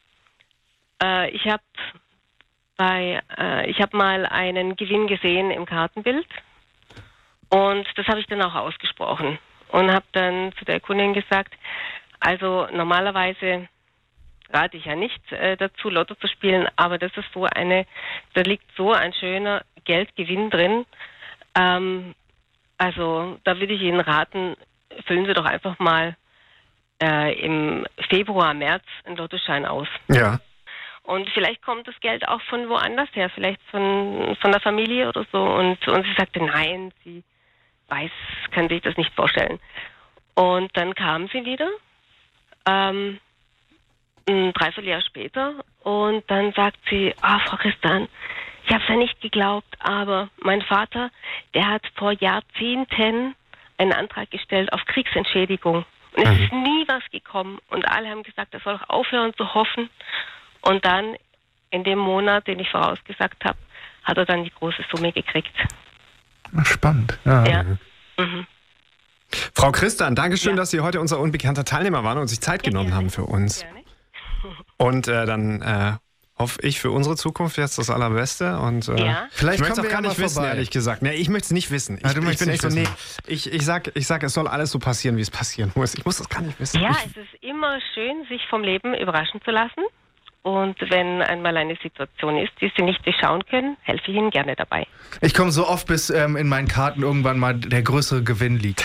äh, ich habe bei, äh, ich habe mal einen Gewinn gesehen im Kartenbild und das habe ich dann auch ausgesprochen. Und habe dann zu der Kundin gesagt, also normalerweise rate ich ja nicht äh, dazu, Lotto zu spielen, aber das ist so eine, da liegt so ein schöner Geldgewinn drin. Ähm, also da würde ich Ihnen raten, füllen Sie doch einfach mal äh, im Februar, März einen Lottoschein aus. Ja. Und vielleicht kommt das Geld auch von woanders her, vielleicht von, von der Familie oder so. Und, und sie sagte, nein, sie weiß, kann sich das nicht vorstellen. Und dann kam sie wieder, ähm, ein Dreivierteljahr später, und dann sagt sie, ah, Frau Christan, ich habe es ja nicht geglaubt, aber mein Vater, der hat vor Jahrzehnten einen Antrag gestellt auf Kriegsentschädigung. Und es ist nie was gekommen. Und alle haben gesagt, er soll doch aufhören zu hoffen. Und dann, in dem Monat, den ich vorausgesagt habe, hat er dann die große Summe gekriegt. Spannend. Ja. ja. Mhm. Frau Christan, danke schön, ja. dass Sie heute unser unbekannter Teilnehmer waren und sich Zeit ja, genommen gerne. haben für uns. Gerne. Und äh, dann äh, hoffe ich für unsere Zukunft jetzt das Allerbeste. Und äh, ja. vielleicht ich möchte es auch gar ja nicht wissen, vorbei. ehrlich gesagt. Nee, ich möchte es nicht wissen. Ich, ja, du ich bin nicht echt so, nee, wissen. ich, ich, sag, ich sag, es soll alles so passieren, wie es passieren muss. Ich muss das gar nicht wissen. Ja, ich, es ist immer schön, sich vom Leben überraschen zu lassen. Und wenn einmal eine Situation ist, die Sie nicht durchschauen können, helfe ich Ihnen gerne dabei. Ich komme so oft, bis ähm, in meinen Karten irgendwann mal der größere Gewinn liegt.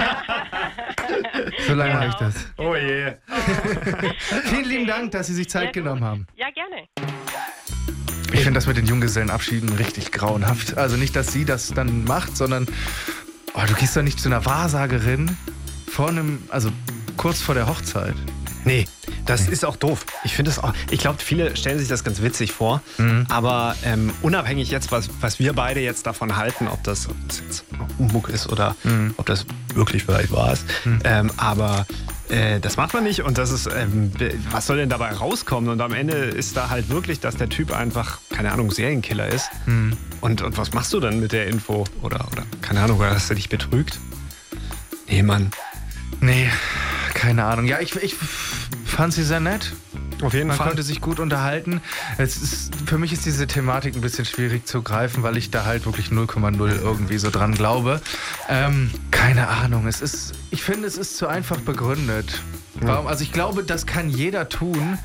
So lange Genau. habe ich das. oh je. Vielen lieben Dank, dass Sie sich Zeit Ja, genommen gut. haben. Ja, gerne. Ich finde das mit den Junggesellenabschieden richtig grauenhaft. Also nicht, dass sie das dann macht, sondern oh, du gehst doch nicht zu einer Wahrsagerin vor einem, also kurz vor der Hochzeit. Nee, das ist auch doof. Ich finde das auch. Ich glaube, viele stellen sich das ganz witzig vor. Mhm. Aber ähm, unabhängig jetzt, was, was wir beide jetzt davon halten, ob das, ob das jetzt Humbug ist oder Mhm. ob das wirklich vielleicht wahr ist. Mhm. Ähm, aber äh, das macht man nicht und das ist, ähm, was soll denn dabei rauskommen? Und am Ende ist da halt wirklich, dass der Typ einfach, keine Ahnung, Serienkiller ist. Mhm. Und, und was machst du dann mit der Info? Oder, oder keine Ahnung, oder hast du dich betrügt? Nee, Mann. Nee, keine Ahnung. Ja, ich, ich fand sie sehr nett. Auf jeden Man Fall. konnte sich gut unterhalten. Es ist, für mich ist diese Thematik ein bisschen schwierig zu greifen, weil ich da halt wirklich null Komma null irgendwie so dran glaube. Ähm, keine Ahnung. Es ist, ich finde, es ist zu einfach begründet. Warum? Also ich glaube, das kann jeder tun.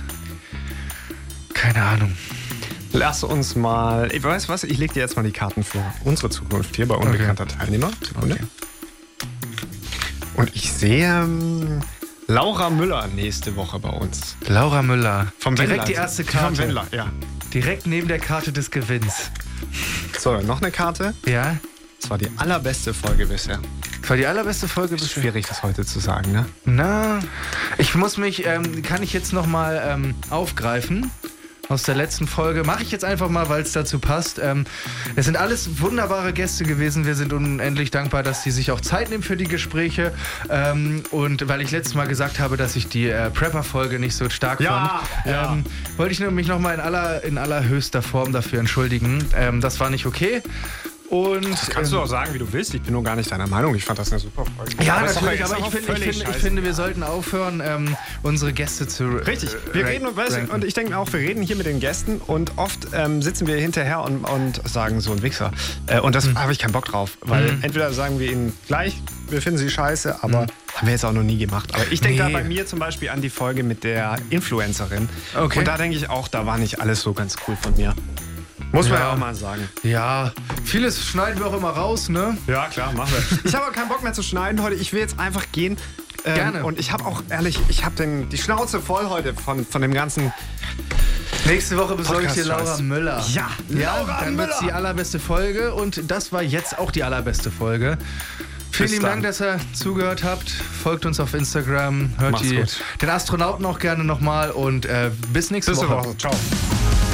Keine Ahnung. Lass uns mal. Ich weiß was, ich leg dir jetzt mal die Karten für unsere Zukunft hier bei unbekannter okay. Teilnehmer. Sekunde. Okay. Und ich sehe ähm, Laura Müller nächste Woche bei uns. Laura Müller. Vom Direkt Wendler. die erste Die Karte. Vom Wendler, ja. Direkt neben der Karte des Gewinns. So, noch eine Karte. Ja. Das war die allerbeste Folge bisher. Das war die allerbeste Folge bisher. Schwierig, das heute zu sagen, ne? Na, ich muss mich, ähm, kann ich jetzt nochmal ähm, aufgreifen aus der letzten Folge. Mache ich jetzt einfach mal, weil es dazu passt. Ähm, es sind alles wunderbare Gäste gewesen. Wir sind unendlich dankbar, dass die sich auch Zeit nehmen für die Gespräche. Ähm, und weil ich letztes Mal gesagt habe, dass ich die äh, Prepper-Folge nicht so stark Ja, fand, ja. Ähm, wollte ich mich nochmal in, aller, in allerhöchster Form dafür entschuldigen. Ähm, das war nicht okay. Und, Das kannst du auch sagen, wie du willst. Ich bin nur gar nicht deiner Meinung. Ich fand das eine super Folge. Ja, Aber ist doch natürlich, jetzt aber ich, auch find, ich, völlig find, ich scheiße. finde, wir sollten aufhören, ähm, unsere Gäste zu Richtig. Wir äh, reden und, weißt, du, ranken. und ich denke auch, wir reden hier mit den Gästen und oft ähm, sitzen wir hinterher und, und sagen so ein Wichser. Äh, und das habe ich keinen Bock drauf. Weil Mhm. entweder sagen wir ihnen gleich, wir finden sie scheiße, aber Mhm. haben wir jetzt auch noch nie gemacht. Aber ich denke Nee. da bei mir zum Beispiel an die Folge mit der Influencerin. Okay. Und da denke ich auch, da war nicht alles so ganz cool von mir. Muss man Ja. ja auch mal sagen. Ja, vieles schneiden wir auch immer raus, ne? Ja, klar, machen wir. Ich habe auch keinen Bock mehr zu schneiden heute. Ich will jetzt einfach gehen. Ähm, Gerne. Und ich habe auch, ehrlich, ich habe die Schnauze voll heute von, von dem ganzen... Nächste Woche besorge ich dir Podcast-Scheiß. Laura Müller. Ja, ja Laura dann wird es Müller. die allerbeste Folge und das war jetzt auch die allerbeste Folge. Vielen Bis lieben dann. Dank, dass ihr zugehört habt. Folgt uns auf Instagram, hört Macht's die, gut. den Astronauten auch gerne nochmal und äh, bis nächste Bis Woche. Woche. Ciao.